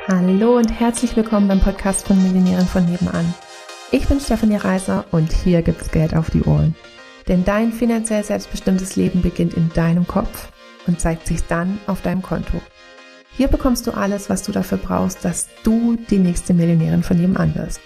Hallo und herzlich willkommen beim Podcast von Millionären von nebenan. Ich bin Stefanie Reiser und hier gibt's Geld auf die Ohren. Denn dein finanziell selbstbestimmtes Leben beginnt in deinem Kopf und zeigt sich dann auf deinem Konto. Hier bekommst du alles, was du dafür brauchst, dass du die nächste Millionärin von nebenan wirst.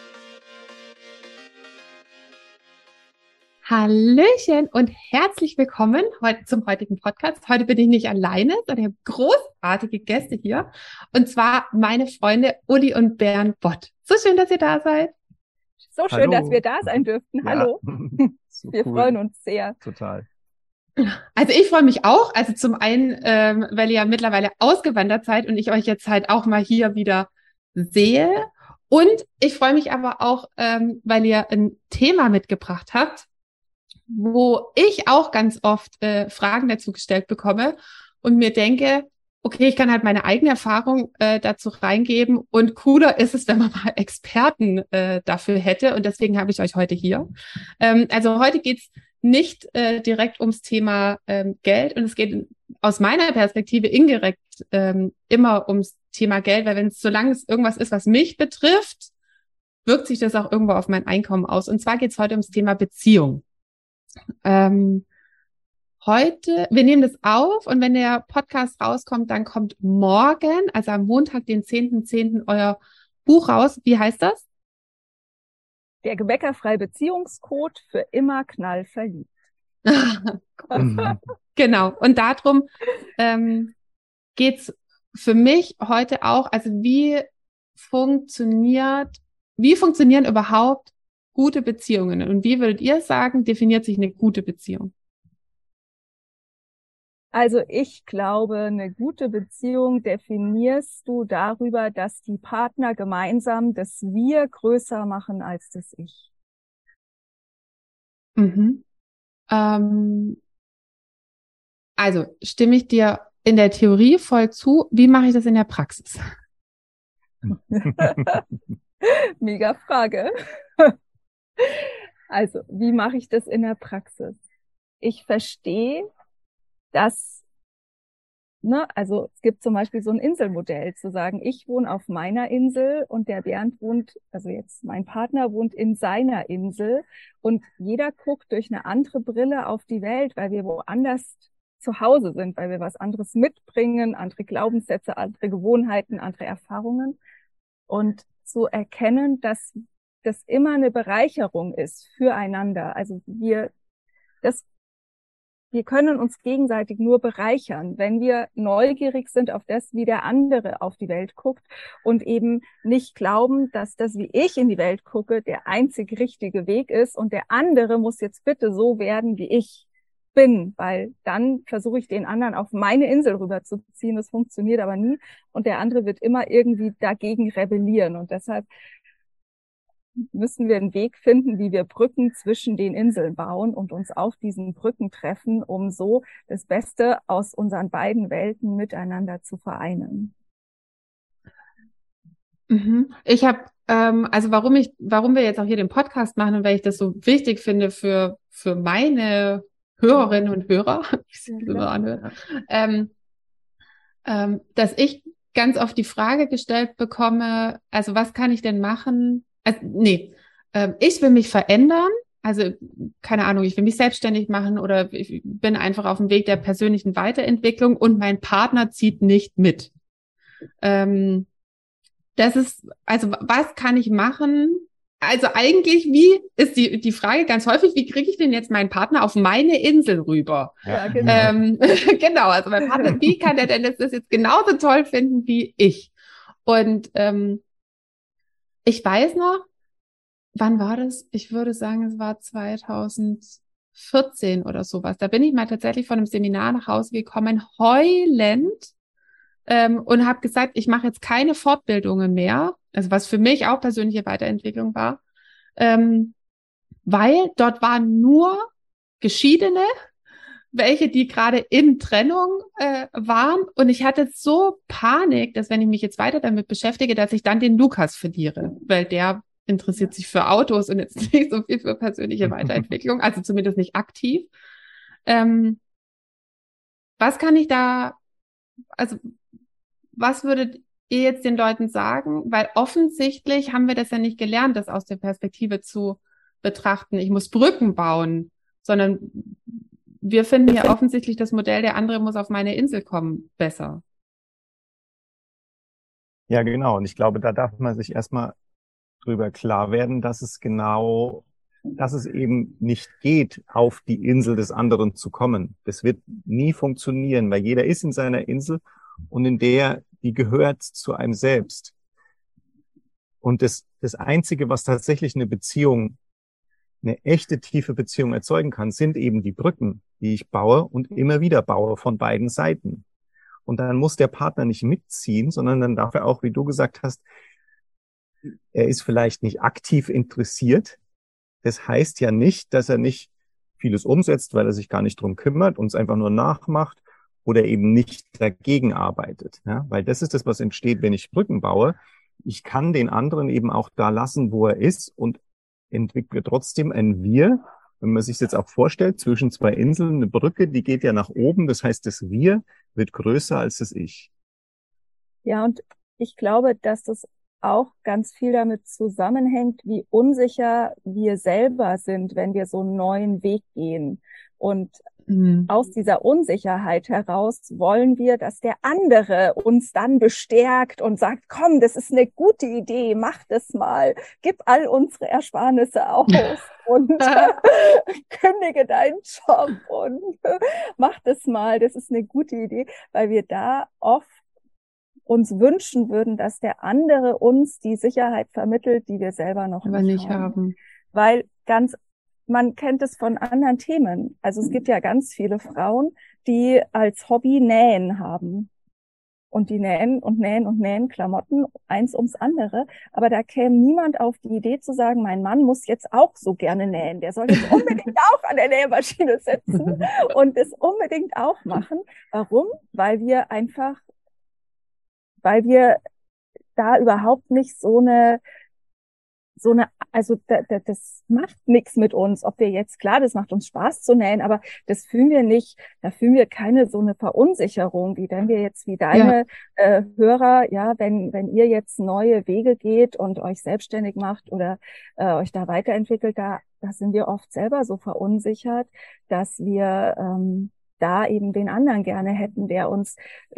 Hallöchen und herzlich willkommen heute zum heutigen Podcast. Heute bin ich nicht alleine, sondern ich habe großartige Gäste hier. Und zwar meine Freunde Uli und Bernd Bott. So schön, dass ihr da seid. So schön, dass wir da sein dürften. Hallo. So wir cool. freuen uns sehr. Total. Also ich freue mich auch. Also zum einen, weil ihr ja mittlerweile ausgewandert seid und ich euch jetzt halt auch mal hier wieder sehe. Und ich freue mich aber auch, weil ihr ein Thema mitgebracht habt, wo ich auch ganz oft Fragen dazu gestellt bekomme und mir denke, okay, ich kann halt meine eigene Erfahrung dazu reingeben und cooler ist es, wenn man mal Experten dafür hätte und deswegen habe ich euch heute hier. Also heute geht's nicht direkt ums Thema Geld und es geht aus meiner Perspektive indirekt immer ums Thema Geld, weil wenn es, solange es irgendwas ist, was mich betrifft, wirkt sich das auch irgendwo auf mein Einkommen aus. Und zwar geht's heute ums Thema Beziehung. Heute, wir nehmen das auf und wenn der Podcast rauskommt, dann kommt morgen, also am Montag, den 10.10. euer Buch raus. Wie heißt das? Der gebäckerfreie Beziehungscode für immer knallverliebt. Genau. Und darum geht's für mich heute auch. Also wie funktionieren überhaupt gute Beziehungen? Und wie würdet ihr sagen, definiert sich eine gute Beziehung? Also ich glaube, eine gute Beziehung definierst du darüber, dass die Partner gemeinsam das Wir größer machen als das Ich. Mhm. Also stimme ich dir in der Theorie voll zu. Wie mache ich das in der Praxis? Mega Frage. Also, wie mache ich das in der Praxis? Ich verstehe, dass, also es gibt zum Beispiel so ein Inselmodell, zu sagen, ich wohne auf meiner Insel und der Bernd wohnt, also jetzt mein Partner wohnt in seiner Insel und jeder guckt durch eine andere Brille auf die Welt, weil wir woanders zu Hause sind, weil wir was anderes mitbringen, andere Glaubenssätze, andere Gewohnheiten, andere Erfahrungen und zu erkennen, dass das immer eine Bereicherung ist füreinander. Also wir können uns gegenseitig nur bereichern, wenn wir neugierig sind auf das, wie der andere auf die Welt guckt und eben nicht glauben, dass das, wie ich in die Welt gucke, der einzig richtige Weg ist und der andere muss jetzt bitte so werden, wie ich bin, weil dann versuche ich den anderen auf meine Insel rüberzuziehen, das funktioniert aber nie und der andere wird immer irgendwie dagegen rebellieren und deshalb müssen wir einen Weg finden, wie wir Brücken zwischen den Inseln bauen und uns auf diesen Brücken treffen, um so das Beste aus unseren beiden Welten miteinander zu vereinen. Ich habe, also warum wir jetzt auch hier den Podcast machen und weil ich das so wichtig finde für meine Hörerinnen und Hörer, wie es sich so anhört, dass ich ganz oft die Frage gestellt bekomme, also was kann ich denn machen? Ich will mich verändern, also keine Ahnung, ich will mich selbstständig machen oder ich bin einfach auf dem Weg der persönlichen Weiterentwicklung und mein Partner zieht nicht mit. Das ist, also was kann ich machen? Also eigentlich, wie ist die Frage ganz häufig, wie kriege ich denn jetzt meinen Partner auf meine Insel rüber? Ja, genau. Genau, also mein Partner, wie kann der denn das jetzt genauso toll finden wie ich? Und ich weiß noch, wann war das? Ich würde sagen, es war 2014 oder sowas. Da bin ich mal tatsächlich von einem Seminar nach Hause gekommen, heulend, und habe gesagt, ich mache jetzt keine Fortbildungen mehr, also was für mich auch persönliche Weiterentwicklung war, weil dort waren nur Geschiedene, welche, die gerade in Trennung waren. Und ich hatte so Panik, dass wenn ich mich jetzt weiter damit beschäftige, dass ich dann den Lukas verliere, weil der interessiert sich für Autos und jetzt nicht so viel für persönliche Weiterentwicklung, also zumindest nicht aktiv. Was kann ich da, also was würdet ihr jetzt den Leuten sagen? Weil offensichtlich haben wir das ja nicht gelernt, das aus der Perspektive zu betrachten. Ich muss Brücken bauen, sondern wir finden ja offensichtlich das Modell, der andere muss auf meine Insel kommen, besser. Ja, genau. Und ich glaube, da darf man sich erstmal drüber klar werden, dass es eben nicht geht, auf die Insel des anderen zu kommen. Das wird nie funktionieren, weil jeder ist in seiner Insel und die gehört zu einem selbst. Und das Einzige, was tatsächlich eine echte tiefe Beziehung erzeugen kann, sind eben die Brücken, die ich baue und immer wieder baue von beiden Seiten. Und dann muss der Partner nicht mitziehen, sondern dann darf er auch, wie du gesagt hast, er ist vielleicht nicht aktiv interessiert. Das heißt ja nicht, dass er nicht vieles umsetzt, weil er sich gar nicht drum kümmert und es einfach nur nachmacht oder eben nicht dagegen arbeitet. Ja? Weil das ist das, was entsteht, wenn ich Brücken baue. Ich kann den anderen eben auch da lassen, wo er ist und entwickle trotzdem ein Wir. Wenn man sich jetzt auch vorstellt, zwischen zwei Inseln, eine Brücke, die geht ja nach oben. Das heißt, das Wir wird größer als das Ich. Ja, und ich glaube, dass das auch ganz viel damit zusammenhängt, wie unsicher wir selber sind, wenn wir so einen neuen Weg gehen. Und aus dieser Unsicherheit heraus wollen wir, dass der andere uns dann bestärkt und sagt, komm, das ist eine gute Idee, mach das mal, gib all unsere Ersparnisse aus und kündige deinen Job und mach das mal, das ist eine gute Idee, weil wir da oft uns wünschen würden, dass der andere uns die Sicherheit vermittelt, die wir selber noch Aber nicht haben. Weil man kennt es von anderen Themen. Also es gibt ja ganz viele Frauen, die als Hobby Nähen haben. Und die nähen und nähen und nähen Klamotten, eins ums andere. Aber da käme niemand auf die Idee zu sagen, mein Mann muss jetzt auch so gerne nähen. Der soll jetzt unbedingt auch an der Nähmaschine sitzen und es unbedingt auch machen. Warum? Weil wir da überhaupt nicht also das macht nichts mit uns, ob wir jetzt, klar, das macht uns Spaß zu nähen, aber das fühlen wir nicht, da fühlen wir keine so eine Verunsicherung, wie wenn wir jetzt wie deine Hörer, ja, wenn ihr jetzt neue Wege geht und euch selbstständig macht oder euch da weiterentwickelt, da sind wir oft selber so verunsichert, dass wir da eben den anderen gerne hätten, der uns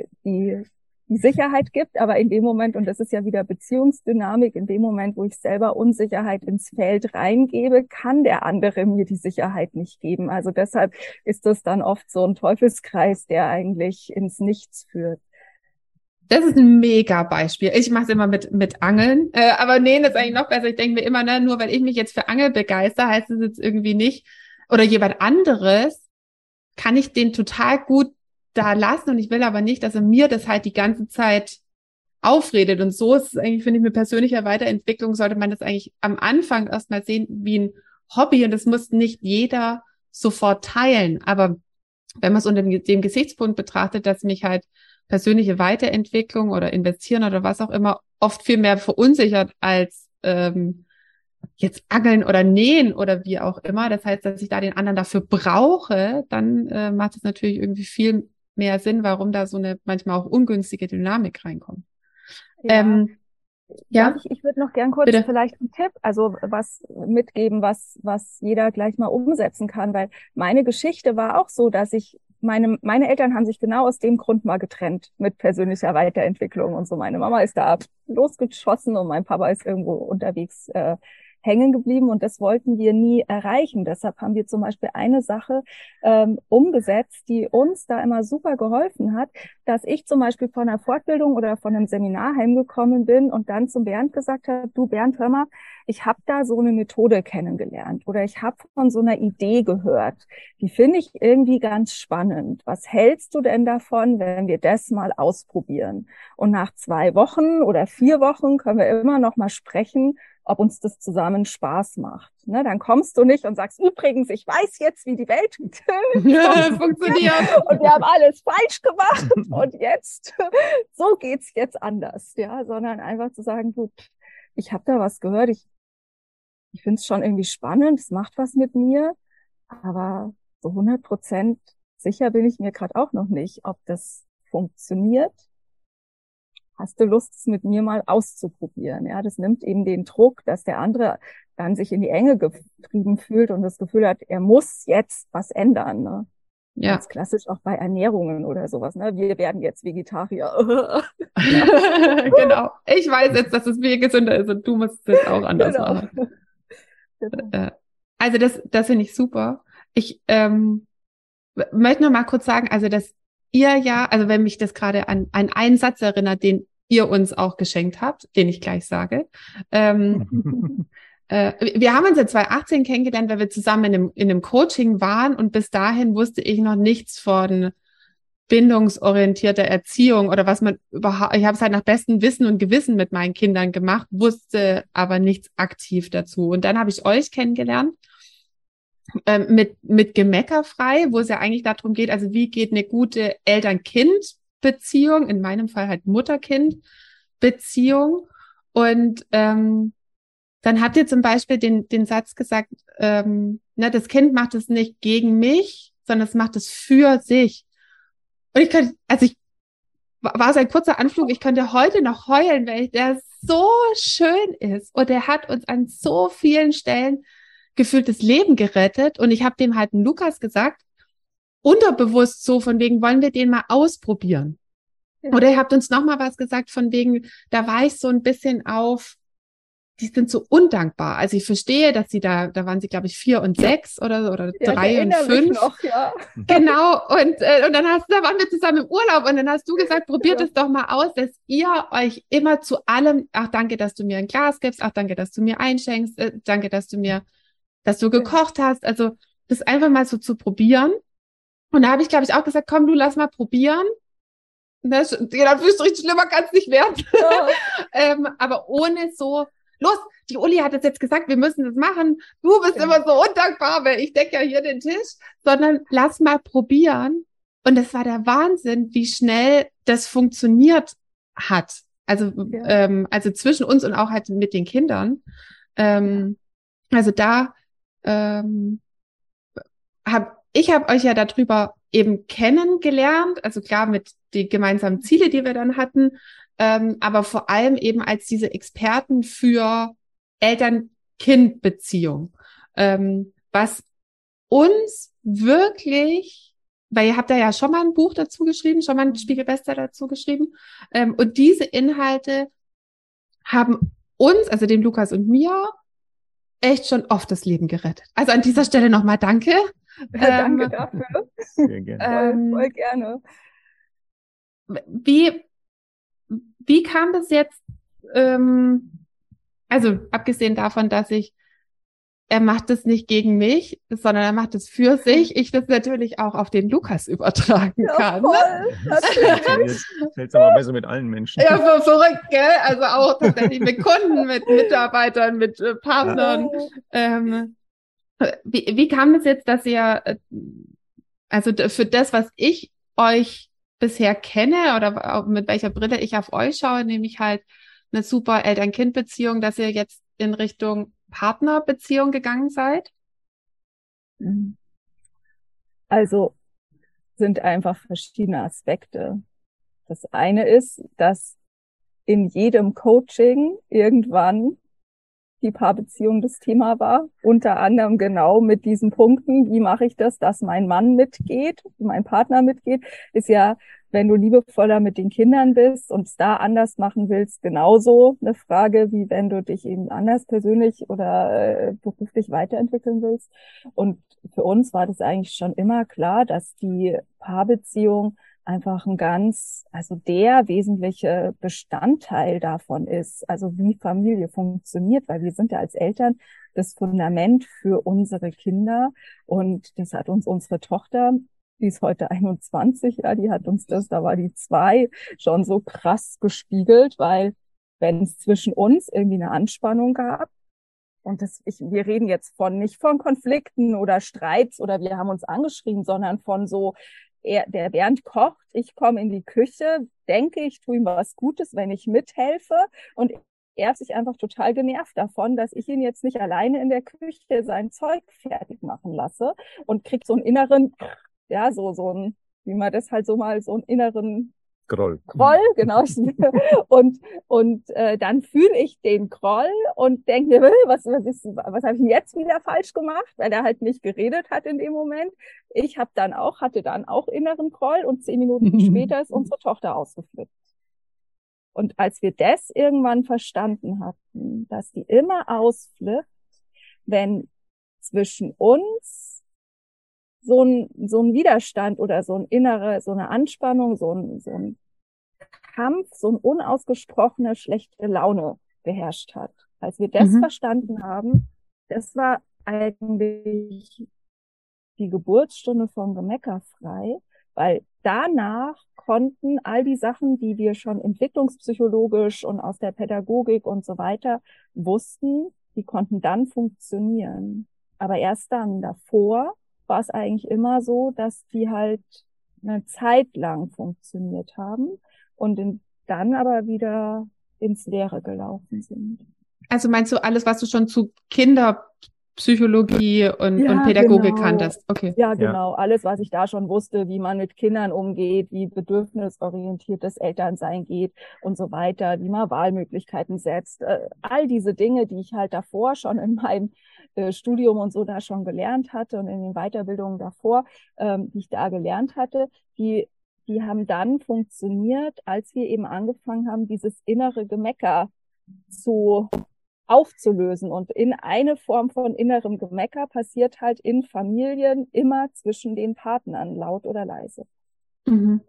die Sicherheit gibt, aber in dem Moment, und das ist ja wieder Beziehungsdynamik, in dem Moment, wo ich selber Unsicherheit ins Feld reingebe, kann der andere mir die Sicherheit nicht geben. Also deshalb ist das dann oft so ein Teufelskreis, der eigentlich ins Nichts führt. Das ist ein mega Beispiel. Ich mache es immer mit Angeln, aber nähen ist eigentlich noch besser. Ich denke mir immer, ne, nur weil ich mich jetzt für Angel begeister, heißt es jetzt irgendwie nicht, oder jemand anderes kann ich den total gut da lassen und ich will aber nicht, dass er mir das halt die ganze Zeit aufredet. Und so ist es eigentlich, finde ich, mit persönlicher Weiterentwicklung sollte man das eigentlich am Anfang erstmal sehen wie ein Hobby und das muss nicht jeder sofort teilen. Aber wenn man es unter dem Gesichtspunkt betrachtet, dass mich halt persönliche Weiterentwicklung oder investieren oder was auch immer oft viel mehr verunsichert als jetzt angeln oder nähen oder wie auch immer. Das heißt, dass ich da den anderen dafür brauche, dann macht es natürlich irgendwie viel mehr Sinn, warum da so eine manchmal auch ungünstige Dynamik reinkommt. Ja. Ja, ich würde noch gern kurz bitte. vielleicht einen Tipp, also was mitgeben, was jeder gleich mal umsetzen kann, weil meine Geschichte war auch so, dass meine Eltern haben sich genau aus dem Grund mal getrennt mit persönlicher Weiterentwicklung und so. Meine Mama ist da losgeschossen und mein Papa ist irgendwo unterwegs hängen geblieben und das wollten wir nie erreichen. Deshalb haben wir zum Beispiel eine Sache umgesetzt, die uns da immer super geholfen hat, dass ich zum Beispiel von einer Fortbildung oder von einem Seminar heimgekommen bin und dann zum Bernd gesagt habe, du Bernd, hör mal, ich habe da so eine Methode kennengelernt oder ich habe von so einer Idee gehört. Die finde ich irgendwie ganz spannend. Was hältst du denn davon, wenn wir das mal ausprobieren? Und nach 2 Wochen oder 4 Wochen können wir immer noch mal sprechen, ob uns das zusammen Spaß macht. Ne, dann kommst du nicht und sagst, übrigens, ich weiß jetzt, wie die Welt funktioniert. und wir haben alles falsch gemacht und jetzt, so geht's jetzt anders. Ja, sondern einfach zu sagen, du, ich habe da was gehört, ich finde es schon irgendwie spannend, es macht was mit mir, aber so 100% sicher bin ich mir gerade auch noch nicht, ob das funktioniert. hast du Lust, es mit mir mal auszuprobieren? Ja, das nimmt eben den Druck, dass der andere dann sich in die Enge getrieben fühlt und das Gefühl hat, er muss jetzt was ändern, ne? Ja. Ganz klassisch auch bei Ernährungen oder sowas, ne? Wir werden jetzt Vegetarier. Genau. Ich weiß jetzt, dass es viel gesünder ist und du musst es jetzt auch anders machen. Genau. Also das finde ich super. Ich möchte noch mal kurz sagen, also dass ihr ja, also wenn mich das gerade an einen Satz erinnert, den ihr uns auch geschenkt habt, den ich gleich sage. Wir haben uns ja 2018 kennengelernt, weil wir zusammen in einem Coaching waren und bis dahin wusste ich noch nichts von bindungsorientierter Erziehung oder was man überhaupt, ich habe es halt nach bestem Wissen und Gewissen mit meinen Kindern gemacht, wusste aber nichts aktiv dazu. Und dann habe ich euch kennengelernt mit Gemeckerfrei, wo es ja eigentlich darum geht, also wie geht eine gute Eltern-Kind-Beziehung, in meinem Fall halt Mutter-Kind-Beziehung. Und dann habt ihr zum Beispiel den Satz gesagt, das Kind macht es nicht gegen mich, sondern es macht es für sich. Und ich war so ein kurzer Anflug, ich könnte heute noch heulen, weil der so schön ist. Und der hat uns an so vielen Stellen gefühlt das Leben gerettet. Und ich habe dem halt einen Lukas gesagt, unterbewusst so, von wegen, wollen wir den mal ausprobieren? Ja. Oder ihr habt uns nochmal was gesagt, von wegen, da war ich so ein bisschen die sind so undankbar. Also ich verstehe, dass sie da waren sie, glaube ich, 4 und 6 oder 3 und 5. Noch, ja. Genau. Und dann da waren wir zusammen im Urlaub und dann hast du gesagt, probiert es doch mal aus, dass ihr euch immer zu allem, ach, danke, dass du mir ein Glas gibst, ach, danke, dass du mir einschenkst, danke, dass du gekocht hast. Also das einfach mal so zu probieren. Und da habe ich, glaube ich, auch gesagt, komm, du lass mal probieren. Genau, fühlst du richtig, schlimmer kann es nicht werden. Ja. Aber ohne so, los, die Uli hat es jetzt gesagt, wir müssen das machen. Du bist immer so undankbar, weil ich decke ja hier den Tisch. Sondern lass mal probieren. Und es war der Wahnsinn, wie schnell das funktioniert hat. Also, also zwischen uns und auch halt mit den Kindern. Also da ich habe euch ja darüber eben kennengelernt, also klar mit die gemeinsamen Ziele, die wir dann hatten, aber vor allem eben als diese Experten für Eltern-Kind-Beziehung, was uns wirklich, weil ihr habt da ja schon mal ein Buch dazu geschrieben, schon mal ein Spiegelbestseller dazu geschrieben, und diese Inhalte haben uns, also dem Lukas und mir, echt schon oft das Leben gerettet. Also an dieser Stelle nochmal danke. Danke dafür. Sehr gerne. Voll gerne. Wie kam das jetzt, also abgesehen davon, dass er macht es nicht gegen mich, sondern er macht es für sich, ich das natürlich auch auf den Lukas übertragen kann. Seltsamerweise mit allen Menschen. Ja, so verrückt, gell? Also auch tatsächlich mit Kunden, mit Mitarbeitern, mit Partnern. Ja. Wie kam es jetzt, dass ihr, also für das, was ich euch bisher kenne oder mit welcher Brille ich auf euch schaue, nämlich halt eine super Eltern-Kind-Beziehung, dass ihr jetzt in Richtung Partnerbeziehung gegangen seid? Also sind einfach verschiedene Aspekte. Das eine ist, dass in jedem Coaching irgendwann die Paarbeziehung das Thema war. Unter anderem genau mit diesen Punkten. Wie mache ich das, dass mein Mann mitgeht, mein Partner mitgeht? Ist ja, wenn du liebevoller mit den Kindern bist und es da anders machen willst, genauso eine Frage, wie wenn du dich eben anders persönlich oder beruflich weiterentwickeln willst. Und für uns war das eigentlich schon immer klar, dass die Paarbeziehung einfach also der wesentliche Bestandteil davon ist, also wie Familie funktioniert, weil wir sind ja als Eltern das Fundament für unsere Kinder und das hat uns unsere Tochter, die ist heute 21, ja, die hat uns da war die 2, schon so krass gespiegelt, weil wenn es zwischen uns irgendwie eine Anspannung gab, und wir reden jetzt nicht von Konflikten oder Streits oder wir haben uns angeschrien, sondern von so, der Bernd kocht, ich komme in die Küche, denke, ich tue ihm was Gutes, wenn ich mithelfe und er hat sich einfach total genervt davon, dass ich ihn jetzt nicht alleine in der Küche sein Zeug fertig machen lasse und kriegt so einen inneren, ja, so ein, wie man das halt so mal, so einen inneren Groll. Groll, genau. Und dann fühle ich den Groll und denke mir, was habe ich denn jetzt wieder falsch gemacht, weil er halt nicht geredet hat in dem Moment. Ich hatte dann auch inneren Groll und 10 Minuten später ist unsere Tochter ausgeflippt. Und als wir das irgendwann verstanden hatten, dass die immer ausflippt, wenn zwischen uns so ein Widerstand oder so eine Anspannung, so ein Kampf, so ein unausgesprochene schlechte Laune beherrscht hat. Als wir das verstanden haben, das war eigentlich die Geburtsstunde von Gemeckerfrei, weil danach konnten all die Sachen, die wir schon entwicklungspsychologisch und aus der Pädagogik und so weiter wussten, die konnten dann funktionieren. Aber erst dann, davor war es eigentlich immer so, dass die halt eine Zeit lang funktioniert haben und dann aber wieder ins Leere gelaufen sind. Also meinst du alles, was du schon zu Kinderpsychologie und Ja, Pädagogik genau. kanntest? Okay. Ja, genau. Alles, was ich da schon wusste, wie man mit Kindern umgeht, wie bedürfnisorientiertes Elternsein geht und so weiter, wie man Wahlmöglichkeiten setzt. All diese Dinge, die ich halt davor schon in meinem Studium und so da schon gelernt hatte und in den Weiterbildungen davor, die ich da gelernt hatte, die haben dann funktioniert, als wir eben angefangen haben, dieses innere Gemecker aufzulösen. Und in eine Form von innerem Gemecker passiert halt in Familien immer zwischen den Partnern, laut oder leise. Mhm.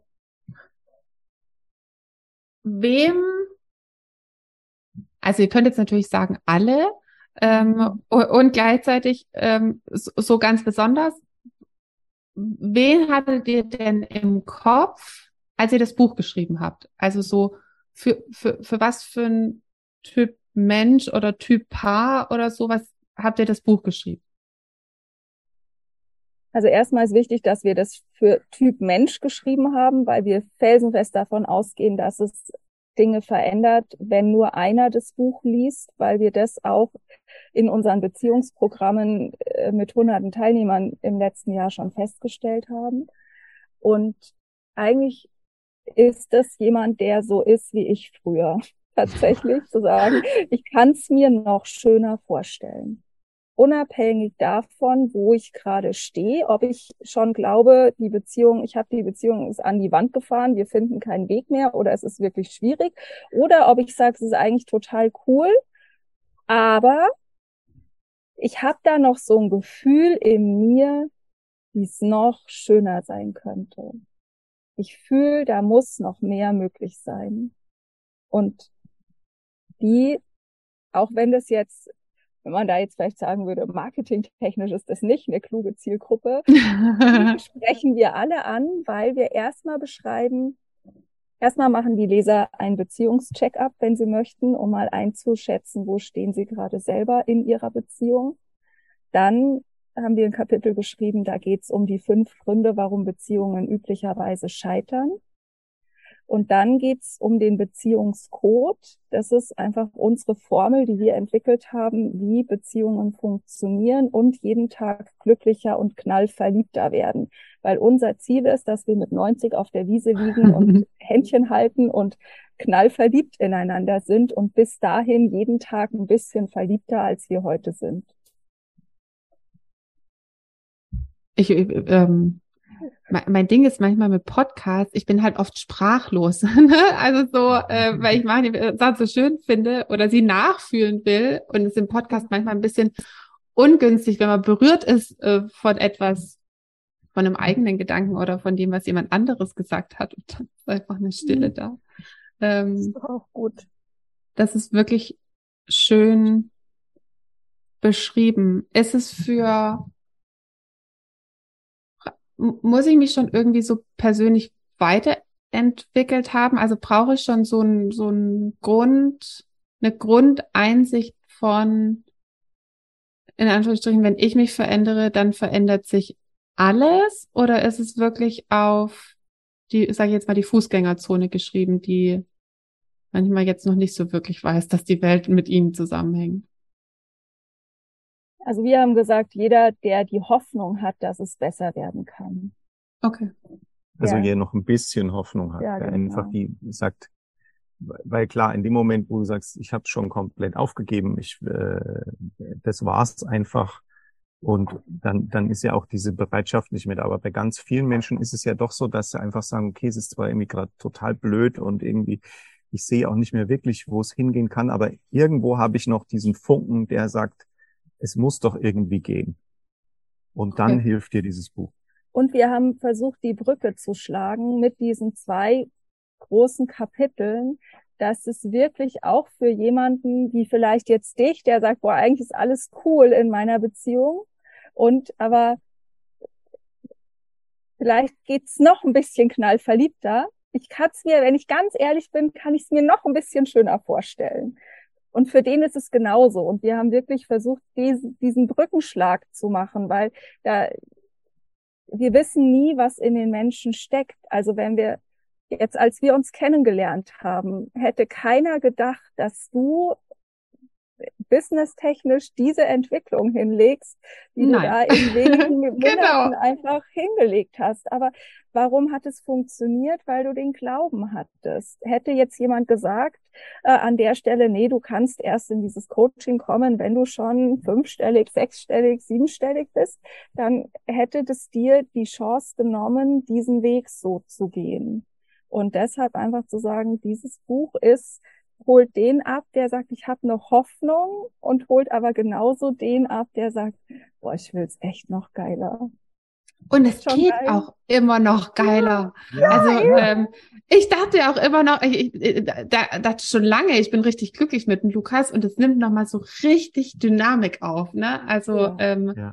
Also ihr könnt jetzt natürlich sagen, alle, und gleichzeitig so ganz besonders, wen hattet ihr denn im Kopf, als ihr das Buch geschrieben habt? Also so für was für ein Typ Mensch oder Typ Paar oder sowas habt ihr das Buch geschrieben? Also erstmal ist wichtig, dass wir das für Typ Mensch geschrieben haben, weil wir felsenfest davon ausgehen, dass es Dinge verändert, wenn nur einer das Buch liest, weil wir das auch in unseren Beziehungsprogrammen mit hunderten Teilnehmern im letzten Jahr schon festgestellt haben. Und eigentlich ist das jemand, der so ist wie ich früher. Tatsächlich zu sagen, ich kann es mir noch schöner vorstellen. Unabhängig davon, wo ich gerade stehe, ob ich schon glaube, die Beziehung ist an die Wand gefahren, wir finden keinen Weg mehr oder es ist wirklich schwierig, oder ob ich sage, es ist eigentlich total cool, aber ich habe da noch so ein Gefühl in mir, wie es noch schöner sein könnte. Ich fühle, da muss noch mehr möglich sein. Und auch wenn man da jetzt vielleicht sagen würde, marketingtechnisch ist das nicht eine kluge Zielgruppe, sprechen wir alle an, weil wir erstmal machen die Leser einen Beziehungscheck-up, wenn sie möchten, um mal einzuschätzen, wo stehen sie gerade selber in ihrer Beziehung. Dann haben wir ein Kapitel geschrieben, da geht es um die 5 Gründe, warum Beziehungen üblicherweise scheitern. Und dann geht's um den Beziehungscode. Das ist einfach unsere Formel, die wir entwickelt haben, wie Beziehungen funktionieren und jeden Tag glücklicher und knallverliebter werden. Weil unser Ziel ist, dass wir mit 90 auf der Wiese liegen und Händchen halten und knallverliebt ineinander sind und bis dahin jeden Tag ein bisschen verliebter, als wir heute sind. Mein Ding ist manchmal mit Podcasts, ich bin halt oft sprachlos. Ne? Also so, weil ich manche Sachen so schön finde oder sie nachfühlen will. Und es ist im Podcast manchmal ein bisschen ungünstig, wenn man berührt ist von etwas, von einem eigenen Gedanken oder von dem, was jemand anderes gesagt hat. Und dann ist einfach eine Stille da. Das ist doch auch gut. Das ist wirklich schön beschrieben. Ist es muss ich mich schon irgendwie so persönlich weiterentwickelt haben? Also brauche ich schon so ein eine Grundeinsicht von, in Anführungsstrichen, wenn ich mich verändere, dann verändert sich alles? Oder ist es wirklich auf sage ich jetzt mal, die Fußgängerzone geschrieben, die manchmal jetzt noch nicht so wirklich weiß, dass die Welt mit ihnen zusammenhängt? Also wir haben gesagt, jeder, der die Hoffnung hat, dass es besser werden kann. Okay. Also Ja. ihr noch ein bisschen Hoffnung hat. Ja, Der genau. einfach die sagt, weil klar, in dem Moment, wo du sagst, ich habe schon komplett aufgegeben, das war's einfach. Und dann ist ja auch diese Bereitschaft nicht mehr da. Aber bei ganz vielen Menschen ist es ja doch so, dass sie einfach sagen, okay, es ist zwar irgendwie gerade total blöd und irgendwie, ich sehe auch nicht mehr wirklich, wo es hingehen kann, aber irgendwo habe ich noch diesen Funken, der sagt, es muss doch irgendwie gehen. Und dann Okay. hilft dir dieses Buch. Und wir haben versucht, die Brücke zu schlagen mit diesen 2 großen Kapiteln, dass es wirklich auch für jemanden, wie vielleicht jetzt dich, der sagt, boah, eigentlich ist alles cool in meiner Beziehung, und aber vielleicht geht's noch ein bisschen knallverliebter. Ich kann es mir, wenn ich ganz ehrlich bin, kann ich es mir noch ein bisschen schöner vorstellen. Und für den ist es genauso. Und wir haben wirklich versucht, diesen Brückenschlag zu machen, weil wir wissen nie, was in den Menschen steckt. Also wenn wir jetzt, als wir uns kennengelernt haben, hätte keiner gedacht, dass du businesstechnisch diese Entwicklung hinlegst, die du da in wenigen Monaten einfach hingelegt hast. Aber warum hat es funktioniert? Weil du den Glauben hattest. Hätte jetzt jemand gesagt, an der Stelle, nee, du kannst erst in dieses Coaching kommen, wenn du schon 5-stellig, 6-stellig, 7-stellig bist, dann hätte das dir die Chance genommen, diesen Weg so zu gehen. Und deshalb einfach zu sagen, dieses Buch holt den ab, der sagt, ich habe noch Hoffnung, und holt aber genauso den ab, der sagt, boah, ich will's echt noch geiler. Und es Schon geht geil. auch immer noch geiler. Ja, Also ich dachte ja auch immer noch, ich dachte schon lange, ich bin richtig glücklich mit dem Lukas, und es nimmt nochmal so richtig Dynamik auf, ne? Also ja.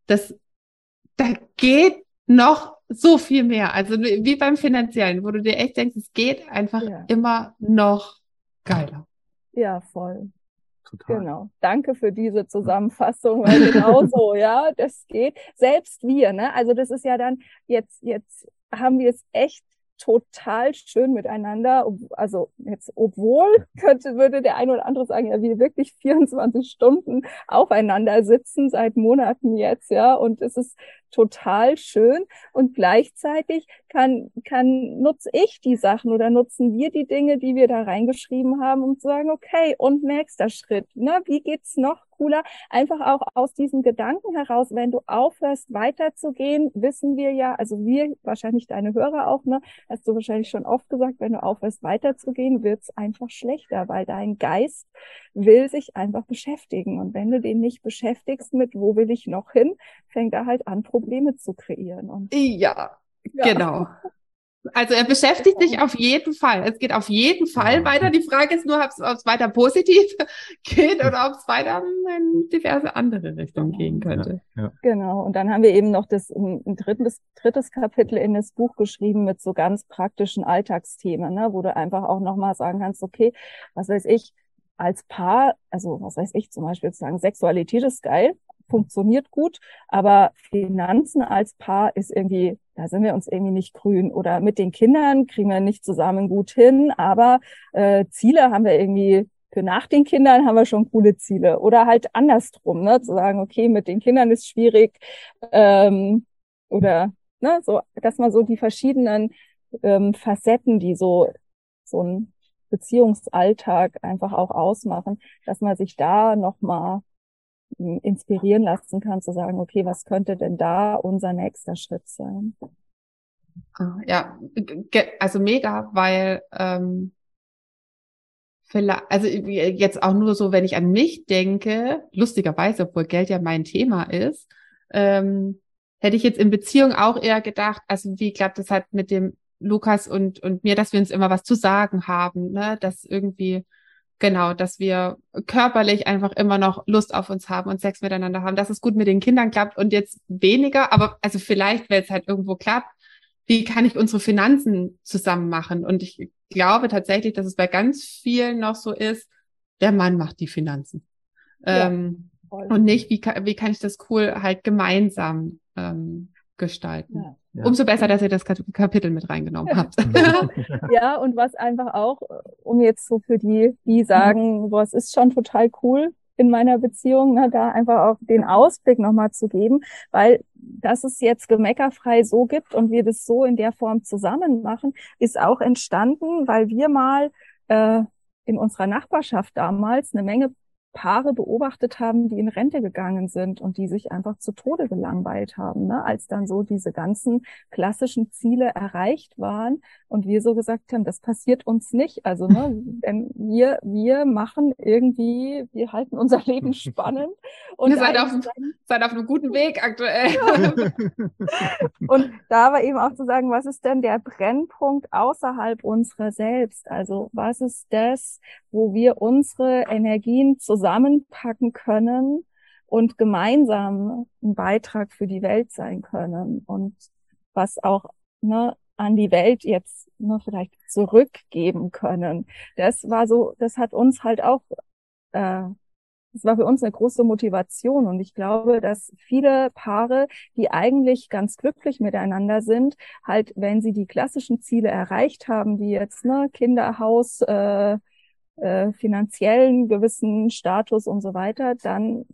da geht noch so viel mehr. Also wie beim Finanziellen, wo du dir echt denkst, es geht einfach immer noch geiler. Ja, voll. Total. Genau. Danke für diese Zusammenfassung, weil genau so, ja, das geht. Selbst wir, ne? Also das ist ja dann, jetzt haben wir es echt total schön miteinander. Also jetzt, obwohl, würde der eine oder andere sagen, ja, wir wirklich 24 Stunden aufeinander sitzen seit Monaten jetzt, ja, und es ist total schön. Und gleichzeitig nutze ich die Sachen oder nutzen wir die Dinge, die wir da reingeschrieben haben, um zu sagen, okay, und nächster Schritt, ne? Wie geht's noch cooler? Einfach auch aus diesem Gedanken heraus, wenn du aufhörst weiterzugehen, wissen wir ja, also wir, wahrscheinlich deine Hörer auch, ne? Hast du wahrscheinlich schon oft gesagt, wenn du aufhörst weiterzugehen, wird's einfach schlechter, weil dein Geist will sich einfach beschäftigen. Und wenn du den nicht beschäftigst mit, wo will ich noch hin, fängt er halt an, Probleme zu kreieren. Und ja, genau. Also er beschäftigt sich auf jeden Fall. Es geht auf jeden Fall weiter. Die Frage ist nur, ob es weiter positiv geht oder ob es weiter in diverse andere Richtungen gehen könnte. Ja. Genau. Und dann haben wir eben noch ein drittes Kapitel in das Buch geschrieben mit so ganz praktischen Alltagsthemen, ne, wo du einfach auch nochmal sagen kannst, okay, was weiß ich, als Paar, also was weiß ich, zum Beispiel sagen, Sexualität ist geil, funktioniert gut, aber Finanzen als Paar ist irgendwie, da sind wir uns irgendwie nicht grün. Oder mit den Kindern kriegen wir nicht zusammen gut hin, aber Ziele haben wir irgendwie, für nach den Kindern haben wir schon coole Ziele. Oder halt andersrum, ne, zu sagen, okay, mit den Kindern ist schwierig, oder ne, so, dass man so die verschiedenen Facetten, die so ein Beziehungsalltag einfach auch ausmachen, dass man sich da nochmal inspirieren lassen kann, zu sagen, okay, was könnte denn da unser nächster Schritt sein? Ja, also mega, weil also jetzt auch nur so, wenn ich an mich denke, lustigerweise, obwohl Geld ja mein Thema ist, hätte ich jetzt in Beziehung auch eher gedacht, also wie klappt es halt mit dem Lukas und mir, dass wir uns immer was zu sagen haben, ne, dass irgendwie genau, dass wir körperlich einfach immer noch Lust auf uns haben und Sex miteinander haben, dass es gut mit den Kindern klappt und jetzt weniger, aber also vielleicht, wenn es halt irgendwo klappt, wie kann ich unsere Finanzen zusammen machen? Und ich glaube tatsächlich, dass es bei ganz vielen noch so ist, der Mann macht die Finanzen. Ja, und nicht, wie kann ich das cool halt gemeinsam gestalten. Ja. Ja. Umso besser, dass ihr das Kapitel mit reingenommen habt. Ja, und was einfach auch, um jetzt so für die sagen, boah, es ist schon total cool, in meiner Beziehung, ne, da einfach auch den Ausblick nochmal zu geben, weil dass es jetzt gemeckerfrei so gibt und wir das so in der Form zusammen machen, ist auch entstanden, weil wir mal in unserer Nachbarschaft damals eine Menge Paare beobachtet haben, die in Rente gegangen sind und die sich einfach zu Tode gelangweilt haben, ne? Als dann so diese ganzen klassischen Ziele erreicht waren und wir so gesagt haben, das passiert uns nicht. Also, ne, denn wir machen irgendwie, wir halten unser Leben spannend. Und Ihr seid auf einem guten Weg aktuell. Und da war eben auch zu sagen, was ist denn der Brennpunkt außerhalb unserer selbst? Also was ist das, wo wir unsere Energien zusammenpacken können und gemeinsam ein Beitrag für die Welt sein können und was auch, ne, an die Welt jetzt, ne, vielleicht zurückgeben können. Das hat uns halt auch das war für uns eine große Motivation und ich glaube, dass viele Paare, die eigentlich ganz glücklich miteinander sind, halt, wenn sie die klassischen Ziele erreicht haben, wie jetzt, ne, Kinderhaus, finanziellen gewissen Status und so weiter, dann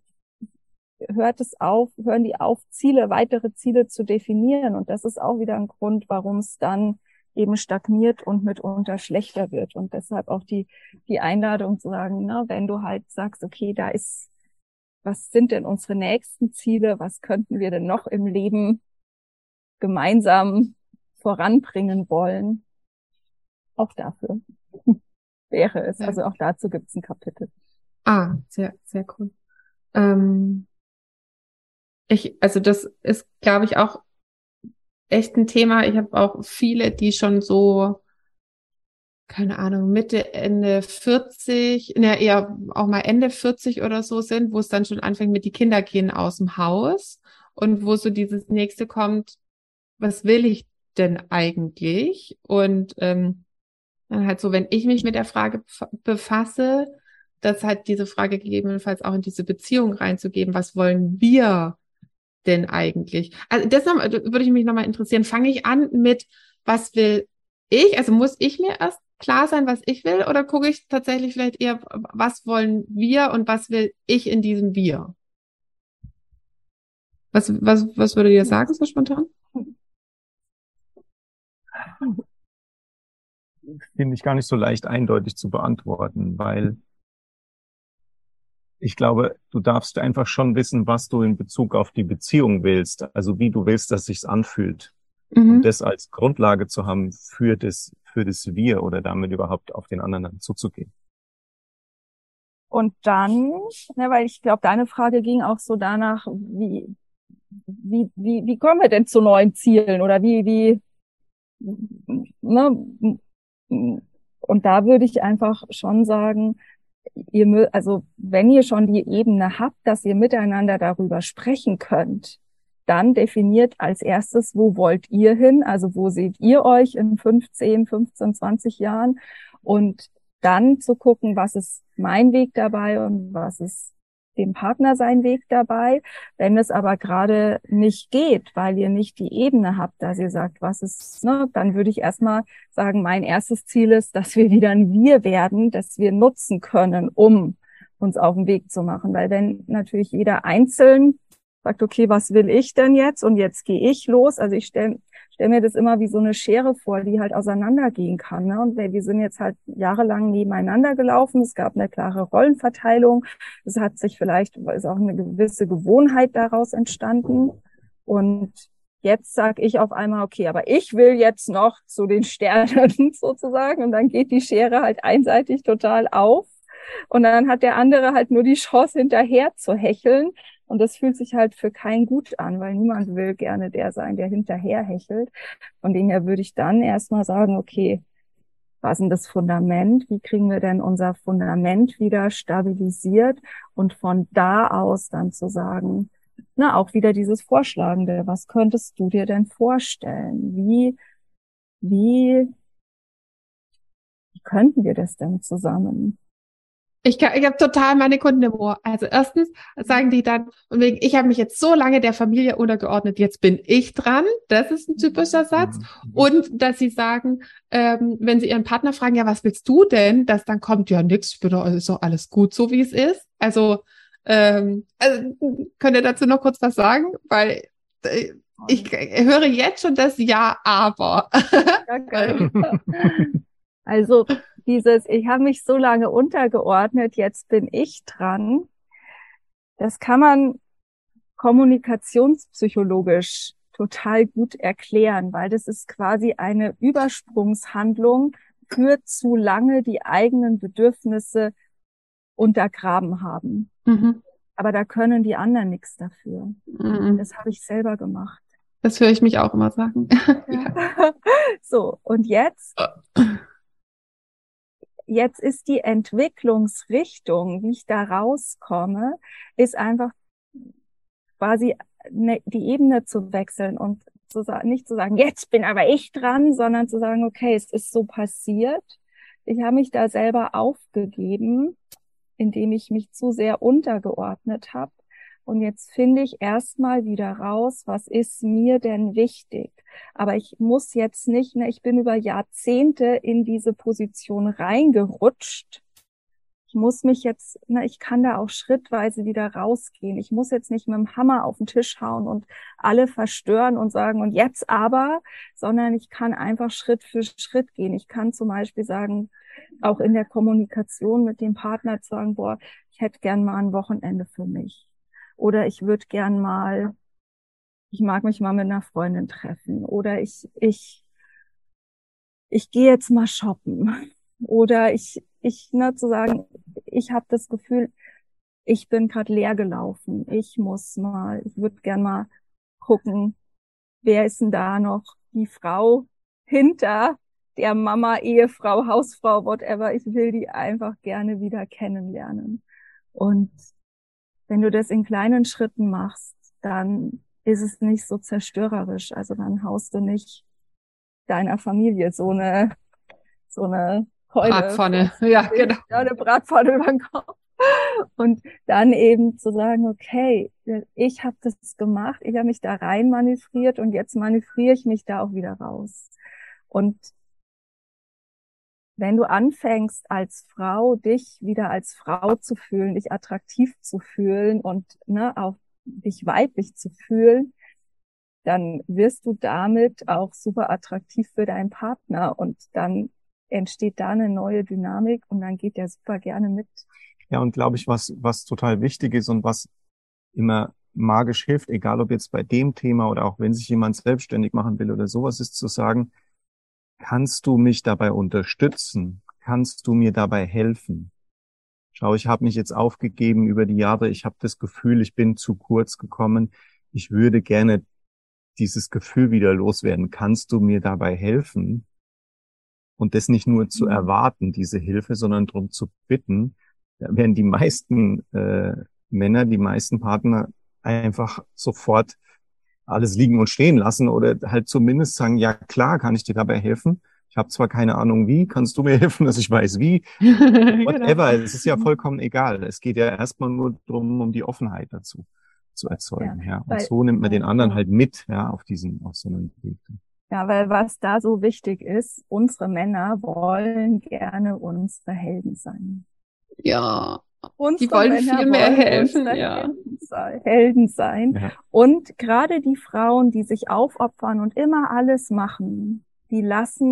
hören die auf, weitere Ziele zu definieren. Und das ist auch wieder ein Grund, warum es dann eben stagniert und mitunter schlechter wird. Und deshalb auch die Einladung zu sagen, ne, wenn du halt sagst, okay, was sind denn unsere nächsten Ziele? Was könnten wir denn noch im Leben gemeinsam voranbringen wollen? Auch dafür wäre es. Ja. Also auch dazu gibt es ein Kapitel. Sehr, sehr cool. Also das ist, glaube ich, auch echt ein Thema. Ich habe auch viele, die schon so, keine Ahnung, Mitte, Ende 40, eher auch mal Ende 40 oder so sind, wo es dann schon anfängt mit die Kinder gehen aus dem Haus und wo so dieses nächste kommt, was will ich denn eigentlich? Und dann halt so, wenn ich mich mit der Frage befasse, dass halt diese Frage gegebenenfalls auch in diese Beziehung reinzugeben, was wollen wir denn eigentlich? Also das würde ich mich nochmal interessieren. Fange ich an mit, was will ich? Also muss ich mir erst klar sein, was ich will? Oder gucke ich tatsächlich vielleicht eher, was wollen wir und was will ich in diesem Wir? Was würdet ihr sagen, so spontan? Finde ich gar nicht so leicht eindeutig zu beantworten, weil ich glaube, du darfst einfach schon wissen, was du in Bezug auf die Beziehung willst, also wie du willst, dass sich's anfühlt. Und das als Grundlage zu haben für das Wir oder damit überhaupt auf den anderen dann zuzugehen. Und dann, ne, weil ich glaube, deine Frage ging auch so danach, wie kommen wir denn zu neuen Zielen oder ne? Und da würde ich einfach schon sagen, also wenn ihr schon die Ebene habt, dass ihr miteinander darüber sprechen könnt, dann definiert als erstes, wo wollt ihr hin? Also wo seht ihr euch in 15, 20 Jahren? Und dann zu gucken, was ist mein Weg dabei und was ist dem Partner sein Weg dabei. Wenn es aber gerade nicht geht, weil ihr nicht die Ebene habt, dass ihr sagt, was ist, ne, dann würde ich erstmal sagen, mein erstes Ziel ist, dass wir wieder ein Wir werden, das wir nutzen können, um uns auf den Weg zu machen. Weil wenn natürlich jeder einzeln sagt, okay, was will ich denn jetzt? Und jetzt gehe ich los. Also ich stell mir das immer wie so eine Schere vor, die halt auseinandergehen kann. Ne? Und wir sind jetzt halt jahrelang nebeneinander gelaufen. Es gab eine klare Rollenverteilung. Es hat sich ist auch eine gewisse Gewohnheit daraus entstanden. Und jetzt sage ich auf einmal, okay, aber ich will jetzt noch zu den Sternen sozusagen. Und dann geht die Schere halt einseitig total auf. Und dann hat der andere halt nur die Chance, hinterher zu hecheln. Und das fühlt sich halt für keinen gut an, weil niemand will gerne der sein, der hinterher hechelt. Von dem her würde ich dann erstmal sagen, okay, was ist denn das Fundament? Wie kriegen wir denn unser Fundament wieder stabilisiert? Und von da aus dann zu sagen, na, auch wieder dieses Vorschlagende. Was könntest du dir denn vorstellen? Wie könnten wir das denn zusammen? Ich habe total meine Kunden im Ohr. Also erstens sagen die dann, ich habe mich jetzt so lange der Familie untergeordnet, jetzt bin ich dran. Das ist ein typischer Satz. Und dass sie sagen, wenn sie ihren Partner fragen, ja, was willst du denn? Dass dann kommt, ja, nix, ist doch alles gut, so wie es ist. Also könnt ihr dazu noch kurz was sagen? Weil ich höre jetzt schon das Ja, aber. Ja, geil. Also ich habe mich so lange untergeordnet, jetzt bin ich dran. Das kann man kommunikationspsychologisch total gut erklären, weil das ist quasi eine Übersprungshandlung für zu lange die eigenen Bedürfnisse untergraben haben. Mhm. Aber da können die anderen nichts dafür. Mhm. Das habe ich selber gemacht. Das höre ich mich auch immer sagen. Ja. So, und jetzt ist die Entwicklungsrichtung, wie ich da rauskomme, ist einfach quasi die Ebene zu wechseln und nicht zu sagen, jetzt bin aber ich dran, sondern zu sagen, okay, es ist so passiert. Ich habe mich da selber aufgegeben, indem ich mich zu sehr untergeordnet habe. Und jetzt finde ich erstmal wieder raus, was ist mir denn wichtig? Aber ich muss jetzt nicht, ich bin über Jahrzehnte in diese Position reingerutscht. Ich muss mich jetzt, ich kann da auch schrittweise wieder rausgehen. Ich muss jetzt nicht mit dem Hammer auf den Tisch hauen und alle verstören und sagen, und jetzt aber, sondern ich kann einfach Schritt für Schritt gehen. Ich kann zum Beispiel sagen, auch in der Kommunikation mit dem Partner zu sagen, boah, ich hätte gern mal ein Wochenende für mich. Oder ich würde gern mal, ich mag mich mal mit einer Freundin treffen. Oder ich gehe jetzt mal shoppen. Oder zu sagen, ich habe das Gefühl, ich bin gerade leer gelaufen. Ich würde gern mal gucken, wer ist denn da noch die Frau hinter der Mama, Ehefrau, Hausfrau, whatever. Ich will die einfach gerne wieder kennenlernen. Und wenn du das in kleinen Schritten machst, dann ist es nicht so zerstörerisch. Also dann haust du nicht deiner Familie so eine Keule, Bratpfanne, ja, genau. ja, eine Bratpfanne über den Kopf. Und dann eben zu sagen, okay, ich habe das gemacht, ich habe mich da rein manövriert und jetzt manövriere ich mich da auch wieder raus. Und wenn du anfängst als Frau, dich wieder als Frau zu fühlen, dich attraktiv zu fühlen und auch dich weiblich zu fühlen, dann wirst du damit auch super attraktiv für deinen Partner und dann entsteht da eine neue Dynamik und dann geht der super gerne mit. Ja, und glaube ich, was total wichtig ist und was immer magisch hilft, egal ob jetzt bei dem Thema oder auch wenn sich jemand selbstständig machen will oder sowas, ist zu sagen, kannst du mich dabei unterstützen? Kannst du mir dabei helfen? Schau, ich habe mich jetzt aufgegeben über die Jahre. Ich habe das Gefühl, ich bin zu kurz gekommen. Ich würde gerne dieses Gefühl wieder loswerden. Kannst du mir dabei helfen? Und das nicht nur zu erwarten, diese Hilfe, sondern darum zu bitten. Da werden die meisten Männer, die meisten Partner einfach sofort alles liegen und stehen lassen oder halt zumindest sagen, ja klar, kann ich dir dabei helfen. Ich habe zwar keine Ahnung wie, kannst du mir helfen, dass ich weiß wie? Whatever, Genau. es ist ja vollkommen egal. Es geht ja erstmal nur darum, um die Offenheit dazu zu erzeugen. Ja. Und so nimmt man den anderen halt mit, ja, auf so einen Weg. Ja, weil was da so wichtig ist, unsere Männer wollen gerne unsere Helden sein. Ja. Unsere Die wollen Männer viel mehr wollen helfen, unsere ja. Helden sein. Ja. Und gerade die Frauen, die sich aufopfern und immer alles machen, die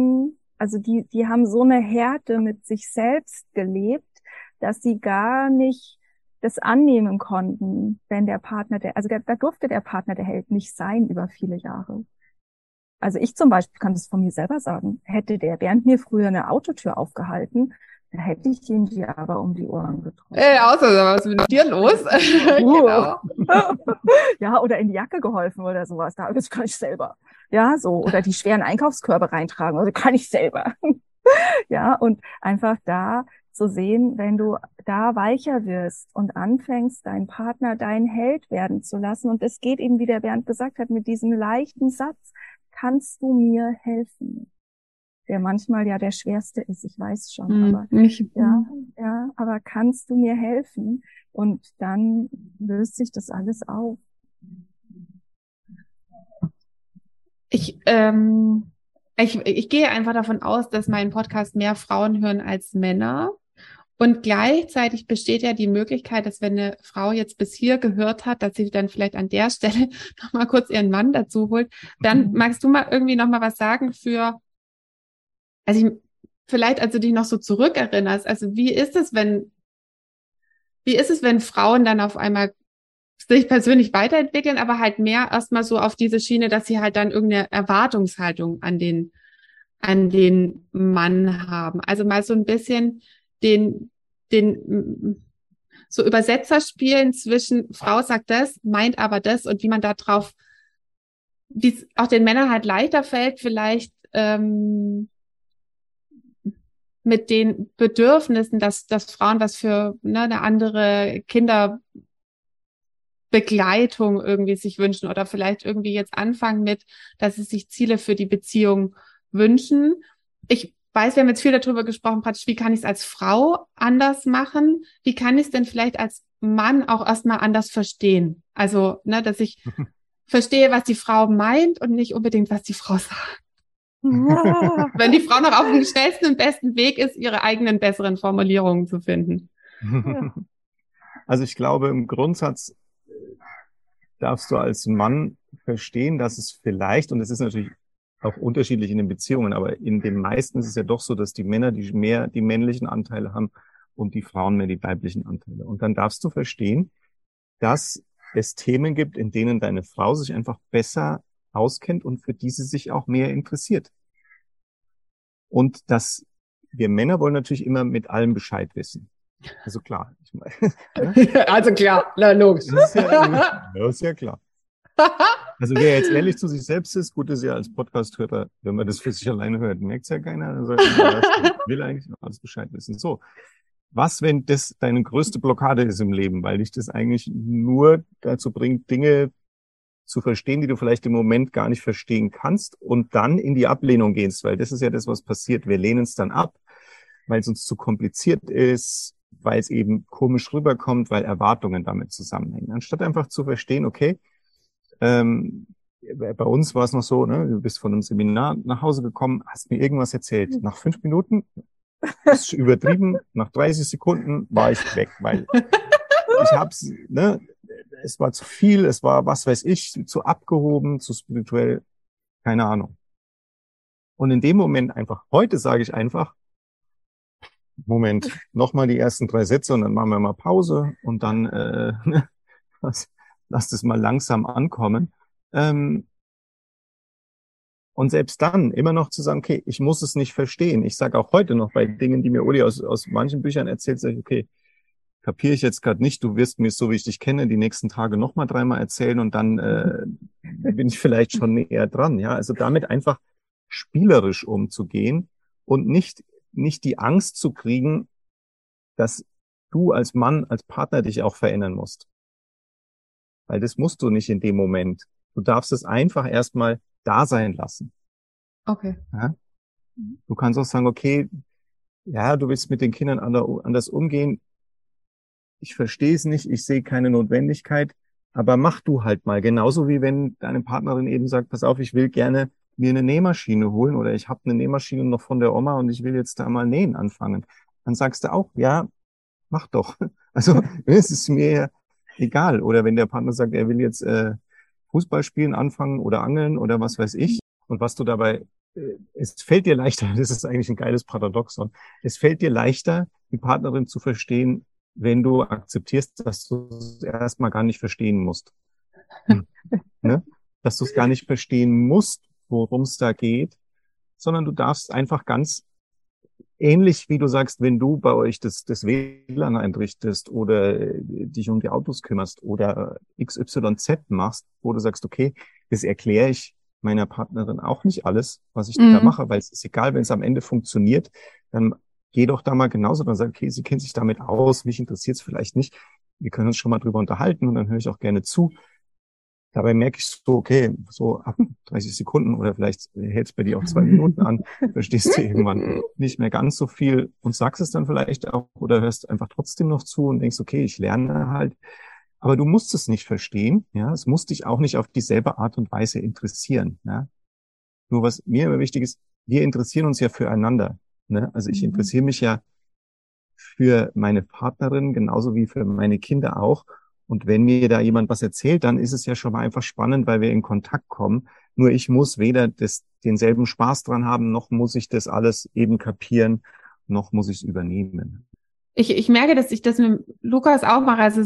haben so eine Härte mit sich selbst gelebt, dass sie gar nicht das annehmen konnten, wenn der Partner, da durfte der Partner der Held nicht sein über viele Jahre. Also ich zum Beispiel kann das von mir selber sagen, hätte der Bernd mir früher eine Autotür aufgehalten, da hätte ich ihm die aber um die Ohren getroffen. Außer was ist mit dir los? Genau. Ja, oder in die Jacke geholfen oder sowas. Das kann ich selber. Ja, so. Oder die schweren Einkaufskörbe reintragen. Also kann ich selber. Ja, und einfach da zu sehen, wenn du da weicher wirst und anfängst, deinen Partner dein Held werden zu lassen. Und es geht eben, wie der Bernd gesagt hat, mit diesem leichten Satz, kannst du mir helfen? Der manchmal ja der schwerste ist, ich weiß schon, aber aber kannst du mir helfen? Und dann löst sich das alles auf. Ich gehe einfach davon aus, dass meinen Podcast mehr Frauen hören als Männer. Und gleichzeitig besteht ja die Möglichkeit, dass wenn eine Frau jetzt bis hier gehört hat, dass sie dann vielleicht an der Stelle nochmal kurz ihren Mann dazu holt. Dann magst du mal irgendwie nochmal was sagen vielleicht als du dich noch so zurückerinnerst, also wie ist es, wenn Frauen dann auf einmal sich persönlich weiterentwickeln, aber halt mehr erstmal so auf diese Schiene, dass sie halt dann irgendeine Erwartungshaltung an den Mann haben. Also mal so ein bisschen so Übersetzer spielen zwischen Frau sagt das, meint aber das und wie man da drauf, wie es auch den Männern halt leichter fällt, vielleicht mit den Bedürfnissen, dass Frauen was für eine andere Kinderbegleitung irgendwie sich wünschen oder vielleicht irgendwie jetzt anfangen mit, dass sie sich Ziele für die Beziehung wünschen. Ich weiß, wir haben jetzt viel darüber gesprochen, praktisch, wie kann ich es als Frau anders machen? Wie kann ich es denn vielleicht als Mann auch erstmal anders verstehen? Also, dass ich verstehe, was die Frau meint und nicht unbedingt, was die Frau sagt. Wenn die Frau noch auf dem schnellsten und besten Weg ist, ihre eigenen besseren Formulierungen zu finden. Also ich glaube, im Grundsatz darfst du als Mann verstehen, dass es vielleicht, und es ist natürlich auch unterschiedlich in den Beziehungen, aber in den meisten ist es ja doch so, dass die Männer die mehr die männlichen Anteile haben und die Frauen mehr die weiblichen Anteile. Und dann darfst du verstehen, dass es Themen gibt, in denen deine Frau sich einfach besser auskennt und für die sie sich auch mehr interessiert. Und dass wir Männer wollen natürlich immer mit allem Bescheid wissen. Also klar. Ich meine, ne? Also klar, logisch. Das ist ja klar. Also wer jetzt ehrlich zu sich selbst ist, gut ist ja als Podcast-Hörer, wenn man das für sich alleine hört, merkt es ja keiner. Also will eigentlich noch alles Bescheid wissen. So, was, wenn das deine größte Blockade ist im Leben, weil dich das eigentlich nur dazu bringt, Dinge zu verstehen, die du vielleicht im Moment gar nicht verstehen kannst und dann in die Ablehnung gehst, weil das ist ja das, was passiert. Wir lehnen es dann ab, weil es uns zu kompliziert ist, weil es eben komisch rüberkommt, weil Erwartungen damit zusammenhängen. Anstatt einfach zu verstehen, okay, bei uns war es noch so, ne, du bist von einem Seminar nach Hause gekommen, hast mir irgendwas erzählt. Nach 5 Minuten, das ist übertrieben, nach 30 Sekunden war ich weg, weil ich hab's, ne, es war zu viel, es war, was weiß ich, zu abgehoben, zu spirituell, keine Ahnung. Und in dem Moment einfach, heute sage ich einfach, Moment, nochmal die ersten 3 Sätze und dann machen wir mal Pause und dann lass das mal langsam ankommen. Und selbst dann immer noch zu sagen, okay, ich muss es nicht verstehen. Ich sage auch heute noch bei Dingen, die mir Uli aus manchen Büchern erzählt, sage ich, okay, kapiere ich jetzt gerade nicht, du wirst mir, so wie ich dich kenne, die nächsten Tage nochmal 3-mal erzählen und dann bin ich vielleicht schon näher dran. Ja, also damit einfach spielerisch umzugehen und nicht die Angst zu kriegen, dass du als Mann, als Partner dich auch verändern musst. Weil das musst du nicht in dem Moment. Du darfst es einfach erstmal da sein lassen. Okay. Ja? Du kannst auch sagen, okay, ja, du willst mit den Kindern anders umgehen. Ich verstehe es nicht, ich sehe keine Notwendigkeit, aber mach du halt mal. Genauso wie wenn deine Partnerin eben sagt, pass auf, ich will gerne mir eine Nähmaschine holen oder ich habe eine Nähmaschine noch von der Oma und ich will jetzt da mal nähen anfangen. Dann sagst du auch, ja, mach doch. Also es ist mir egal. Oder wenn der Partner sagt, er will jetzt Fußball spielen anfangen oder angeln oder was weiß ich. Und was du dabei, es fällt dir leichter, das ist eigentlich ein geiles Paradoxon, es fällt dir leichter, die Partnerin zu verstehen, wenn du akzeptierst, dass du es erstmal gar nicht verstehen musst. Ne? Dass du es gar nicht verstehen musst, worum es da geht, sondern du darfst einfach ganz ähnlich, wie du sagst, wenn du bei euch das WLAN einrichtest oder dich um die Autos kümmerst oder XYZ machst, wo du sagst, okay, das erkläre ich meiner Partnerin auch nicht alles, was ich da mache, weil es ist egal, wenn es am Ende funktioniert, dann geh doch da mal genauso, dann sag, okay, sie kennt sich damit aus, mich interessiert es vielleicht nicht, wir können uns schon mal drüber unterhalten und dann höre ich auch gerne zu. Dabei merke ich so, okay, so ab 30 Sekunden oder vielleicht hält es bei dir auch 2 Minuten an, verstehst du irgendwann nicht mehr ganz so viel und sagst es dann vielleicht auch oder hörst einfach trotzdem noch zu und denkst, okay, ich lerne halt. Aber du musst es nicht verstehen, ja, es muss dich auch nicht auf dieselbe Art und Weise interessieren, ja. Nur was mir immer wichtig ist, wir interessieren uns ja füreinander, ne? Also ich interessiere mich ja für meine Partnerin, genauso wie für meine Kinder auch. Und wenn mir da jemand was erzählt, dann ist es ja schon mal einfach spannend, weil wir in Kontakt kommen. Nur ich muss weder denselben Spaß dran haben, noch muss ich das alles eben kapieren, noch muss ich es übernehmen. Ich merke, dass ich das mit Lukas auch mache. Also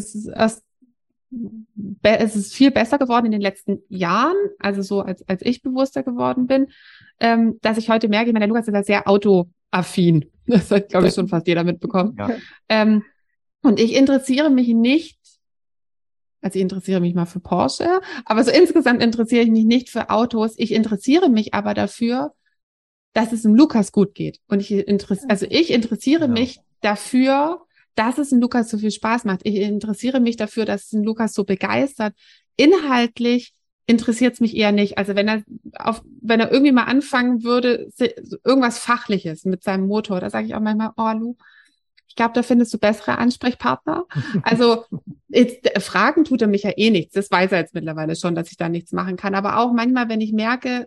es ist viel besser geworden in den letzten Jahren, also so als ich bewusster geworden bin, dass ich heute merke, ich meine, der Lukas ist ja sehr autoaffin. Das hat, glaube ich, schon fast jeder mitbekommen. Ja. Und ich interessiere mich nicht, also ich interessiere mich mal für Porsche, aber so insgesamt interessiere ich mich nicht für Autos. Ich interessiere mich aber dafür, dass es dem Lukas gut geht. Und ich interessiere mich dafür, dass es dem Lukas so viel Spaß macht. Ich interessiere mich dafür, dass es den Lukas so begeistert. Inhaltlich interessiert es mich eher nicht. Also wenn er irgendwie mal anfangen würde, irgendwas Fachliches mit seinem Motor, da sage ich auch manchmal, oh Lu, ich glaube, da findest du bessere Ansprechpartner. Also fragen tut er mich ja eh nichts. Das weiß er jetzt mittlerweile schon, dass ich da nichts machen kann. Aber auch manchmal, wenn ich merke,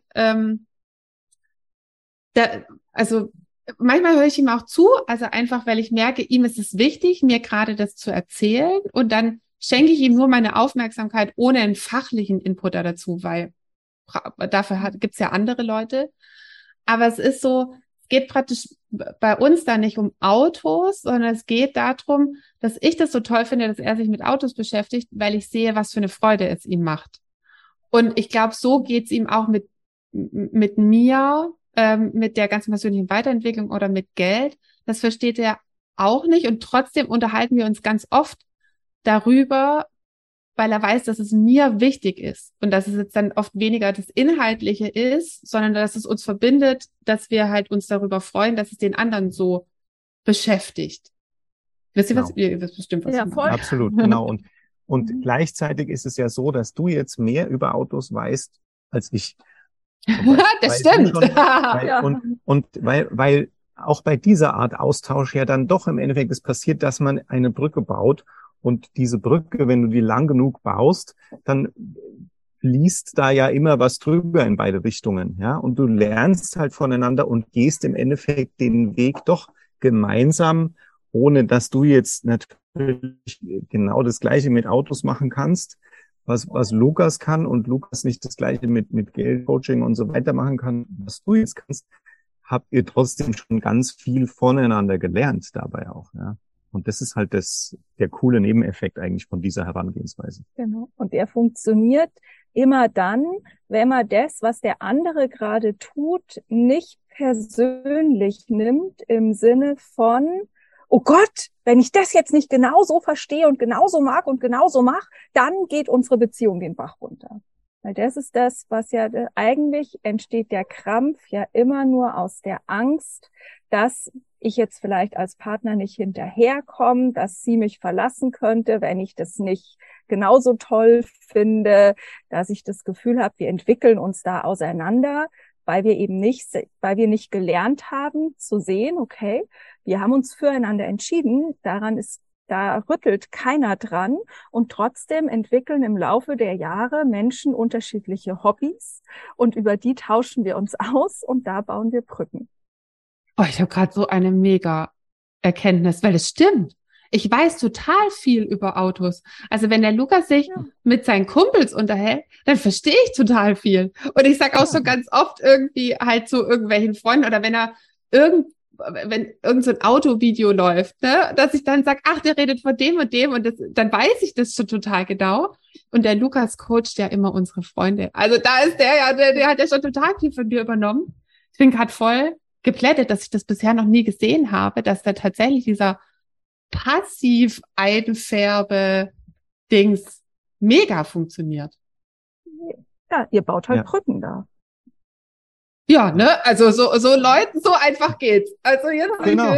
manchmal höre ich ihm auch zu, also einfach, weil ich merke, ihm ist es wichtig, mir gerade das zu erzählen, und dann schenke ich ihm nur meine Aufmerksamkeit ohne einen fachlichen Input dazu, weil dafür gibt's ja andere Leute. Aber es ist so, es geht praktisch bei uns da nicht um Autos, sondern es geht darum, dass ich das so toll finde, dass er sich mit Autos beschäftigt, weil ich sehe, was für eine Freude es ihm macht. Und ich glaube, so geht's ihm auch mit mir, mit der ganzen persönlichen Weiterentwicklung oder mit Geld. Das versteht er auch nicht, und trotzdem unterhalten wir uns ganz oft darüber, weil er weiß, dass es mir wichtig ist und dass es jetzt dann oft weniger das Inhaltliche ist, sondern dass es uns verbindet, dass wir halt uns darüber freuen, dass es den anderen so beschäftigt. Wisst ihr, Genau. ihr wisst bestimmt, was Ja, ich voll. meine. Absolut, genau. Und gleichzeitig ist es ja so, dass du jetzt mehr über Autos weißt als ich. Das stimmt. Weil auch bei dieser Art Austausch ja dann doch im Endeffekt es passiert, dass man eine Brücke baut, und diese Brücke, wenn du die lang genug baust, dann fließt da ja immer was drüber in beide Richtungen, ja, und du lernst halt voneinander und gehst im Endeffekt den Weg doch gemeinsam, ohne dass du jetzt natürlich genau das Gleiche mit Autos machen kannst, was Lukas kann, und Lukas nicht das Gleiche mit Geldcoaching und so weiter machen kann, was du jetzt kannst, habt ihr trotzdem schon ganz viel voneinander gelernt dabei auch, ja. Und das ist halt der coole Nebeneffekt eigentlich von dieser Herangehensweise. Genau. Und der funktioniert immer dann, wenn man das, was der andere gerade tut, nicht persönlich nimmt im Sinne von, oh Gott, wenn ich das jetzt nicht genauso verstehe und genauso mag und genauso mache, dann geht unsere Beziehung den Bach runter. Weil das ist das, was ja eigentlich entsteht, der Krampf ja immer nur aus der Angst, dass ich jetzt vielleicht als Partner nicht hinterherkomme, dass sie mich verlassen könnte, wenn ich das nicht genauso toll finde, dass ich das Gefühl habe, wir entwickeln uns da auseinander, weil wir nicht gelernt haben zu sehen, okay, wir haben uns füreinander entschieden, da rüttelt keiner dran, und trotzdem entwickeln im Laufe der Jahre Menschen unterschiedliche Hobbys, und über die tauschen wir uns aus, und da bauen wir Brücken. Oh, ich habe gerade so eine mega Erkenntnis, weil es stimmt. Ich weiß total viel über Autos. Also wenn der Lukas sich mit seinen Kumpels unterhält, dann verstehe ich total viel. Und ich sag auch so ganz oft irgendwie halt zu irgendwelchen Freunden, oder wenn irgend so ein Autovideo läuft, ne, dass ich dann sage, ach, der redet von dem und dem, und dann weiß ich das schon total genau. Und der Lukas coacht ja immer unsere Freunde. Also da ist der hat ja schon total viel von dir übernommen. Ich bin gerade voll geplättet, dass ich das bisher noch nie gesehen habe, dass da tatsächlich dieser Passiv-Einfärbe-Dings mega funktioniert. Ja, ihr baut halt Brücken da. Ja, ne? Also so Leuten, so einfach geht's. Also jetzt Genau.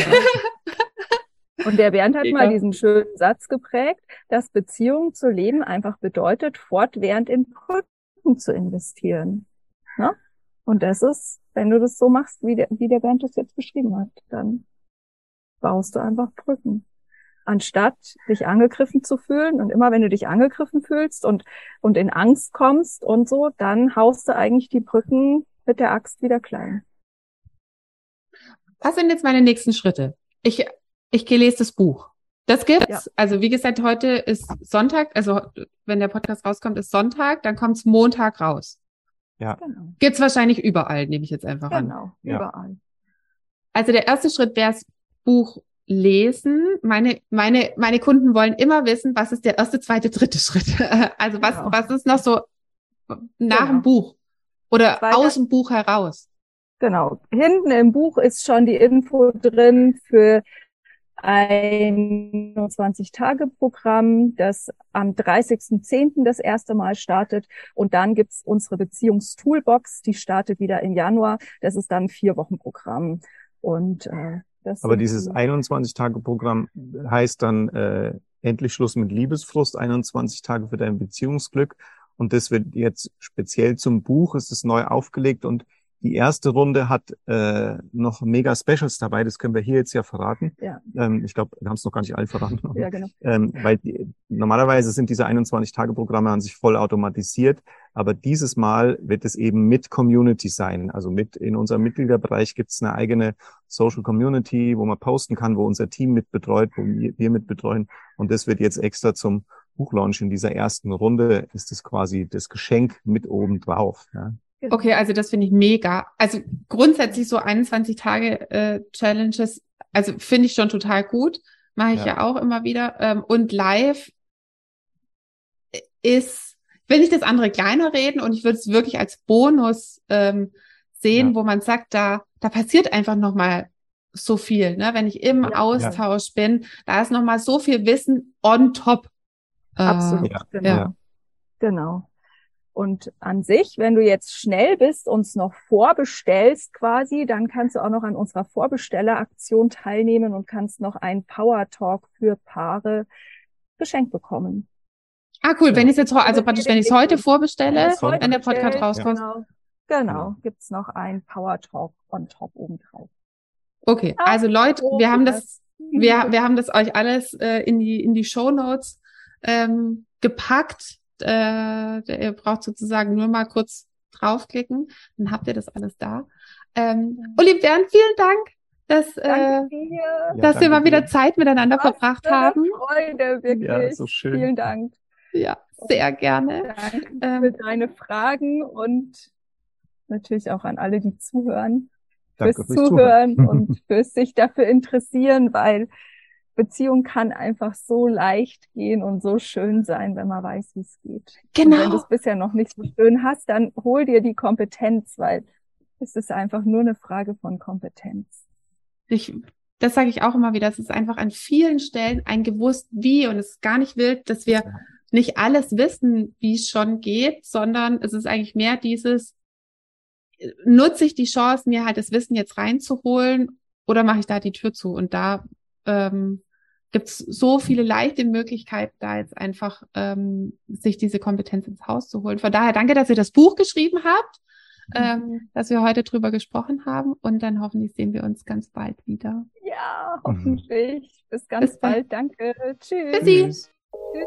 Und der Bernd hat mal diesen schönen Satz geprägt, dass Beziehung zu leben einfach bedeutet, fortwährend in Brücken zu investieren. Ne? Und das ist, wenn du das so machst, wie der Bernd das jetzt beschrieben hat, dann baust du einfach Brücken. Anstatt dich angegriffen zu fühlen, und immer wenn du dich angegriffen fühlst und in Angst kommst und so, dann haust du eigentlich die Brücken mit der Axt wieder klein. Was sind jetzt meine nächsten Schritte? Ich ich lese das Buch. Das gibt's. Ja. Also wie gesagt, heute ist Sonntag, also wenn der Podcast rauskommt, ist Sonntag, dann kommt's Montag raus. Ja. Genau. Gibt's wahrscheinlich überall, nehme ich jetzt einfach an. Genau, Ja. überall. Also der erste Schritt wäre das Buch lesen. Meine Kunden wollen immer wissen, was ist der erste, zweite, dritte Schritt? Also Genau. was ist noch so nach dem Genau. Buch oder Zweiter- aus dem Buch heraus? Genau. Hinten im Buch ist schon die Info drin für ein 21-Tage-Programm, das am 30.10. das erste Mal startet. Und dann gibt's unsere Beziehungstoolbox, die startet wieder im Januar. Das ist dann ein 4-Wochen-Programm. Und das Aber sind dieses die- 21-Tage-Programm heißt dann endlich Schluss mit Liebesfrust, 21 Tage für dein Beziehungsglück. Und das wird jetzt speziell zum Buch, ist es neu aufgelegt. Und die erste Runde hat noch mega Specials dabei, das können wir hier jetzt ja verraten. Ja. Ich glaube, wir haben es noch gar nicht allen verraten. Ja, genau. Weil normalerweise sind diese 21-Tage-Programme an sich voll automatisiert, aber dieses Mal wird es eben mit Community sein. Also mit in unserem Mitgliederbereich gibt es eine eigene Social Community, wo man posten kann, wo unser Team mit betreut, wo wir mit betreuen. Und das wird jetzt extra zum Buchlaunch in dieser ersten Runde, ist es quasi das Geschenk mit oben drauf. Ja. Okay, also das finde ich mega. Also grundsätzlich so 21 Tage Challenges, also finde ich schon total gut. Mache ich ja auch immer wieder. Und live ist, will nicht das andere kleiner reden und ich würde es wirklich als Bonus sehen, wo man sagt, da passiert einfach nochmal so viel, ne? Wenn ich im Austausch bin, da ist nochmal so viel Wissen on top. Absolut, genau. Ja. Genau. Und an sich, wenn du jetzt schnell bist, uns noch vorbestellst quasi, dann kannst du auch noch an unserer Vorbestelleraktion teilnehmen und kannst noch einen Power Talk für Paare geschenkt bekommen. Ah, cool. Wenn ich jetzt, also praktisch, wenn ich es heute vorbestelle, heute wenn der Podcast rauskommt. Genau. Gibt's noch einen Power Talk on top obendrauf. Okay. Also Leute, wir haben das euch alles in die Shownotes gepackt. Ihr braucht sozusagen nur mal kurz draufklicken, dann habt ihr das alles da. Uli Bernd, vielen Dank, dass wir mal wieder Zeit miteinander verbracht haben. Freude, wirklich. Ja, so schön. Vielen Dank. Ja, sehr gerne. Danke für deine Fragen und natürlich auch an alle, die zuhören. Danke fürs Zuhören und fürs sich dafür interessieren, weil Beziehung kann einfach so leicht gehen und so schön sein, wenn man weiß, wie es geht. Genau. Und wenn du es bisher noch nicht so schön hast, dann hol dir die Kompetenz, weil es ist einfach nur eine Frage von Kompetenz. Das sage ich auch immer wieder, es ist einfach an vielen Stellen ein gewusst wie und es ist gar nicht wild, dass wir nicht alles wissen, wie es schon geht, sondern es ist eigentlich mehr dieses, nutze ich die Chance, mir halt das Wissen jetzt reinzuholen oder mache ich da die Tür zu? Und da gibt es so viele leichte Möglichkeiten, da jetzt einfach sich diese Kompetenz ins Haus zu holen. Von daher danke, dass ihr das Buch geschrieben habt, dass wir heute drüber gesprochen haben und dann hoffentlich sehen wir uns ganz bald wieder. Ja, hoffentlich. Bis ganz bald. Danke. Tschüss. Tschüss. Tschüss.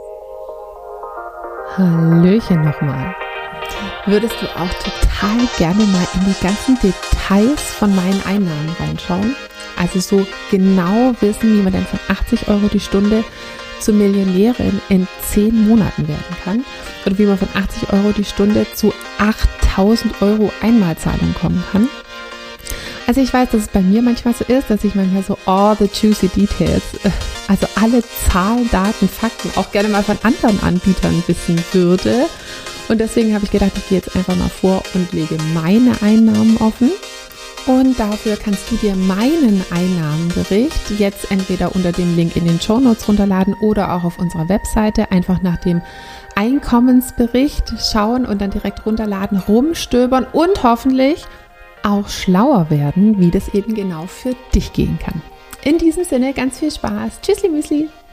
Hallöchen nochmal. Würdest du auch total gerne mal in die ganzen Details von meinen Einnahmen reinschauen? Also so genau wissen, wie man denn von 80 € die Stunde zur Millionärin in 10 Monaten werden kann oder wie man von 80 € die Stunde zu 8.000 € Einmalzahlung kommen kann. Also ich weiß, dass es bei mir manchmal so ist, dass ich manchmal so all the juicy details, also alle Zahlen, Daten, Fakten auch gerne mal von anderen Anbietern wissen würde. Und deswegen habe ich gedacht, ich gehe jetzt einfach mal vor und lege meine Einnahmen offen. Und dafür kannst du dir meinen Einnahmenbericht jetzt entweder unter dem Link in den Shownotes runterladen oder auch auf unserer Webseite einfach nach dem Einkommensbericht schauen und dann direkt runterladen, rumstöbern und hoffentlich auch schlauer werden, wie das eben genau für dich gehen kann. In diesem Sinne ganz viel Spaß. Tschüssli Müsli.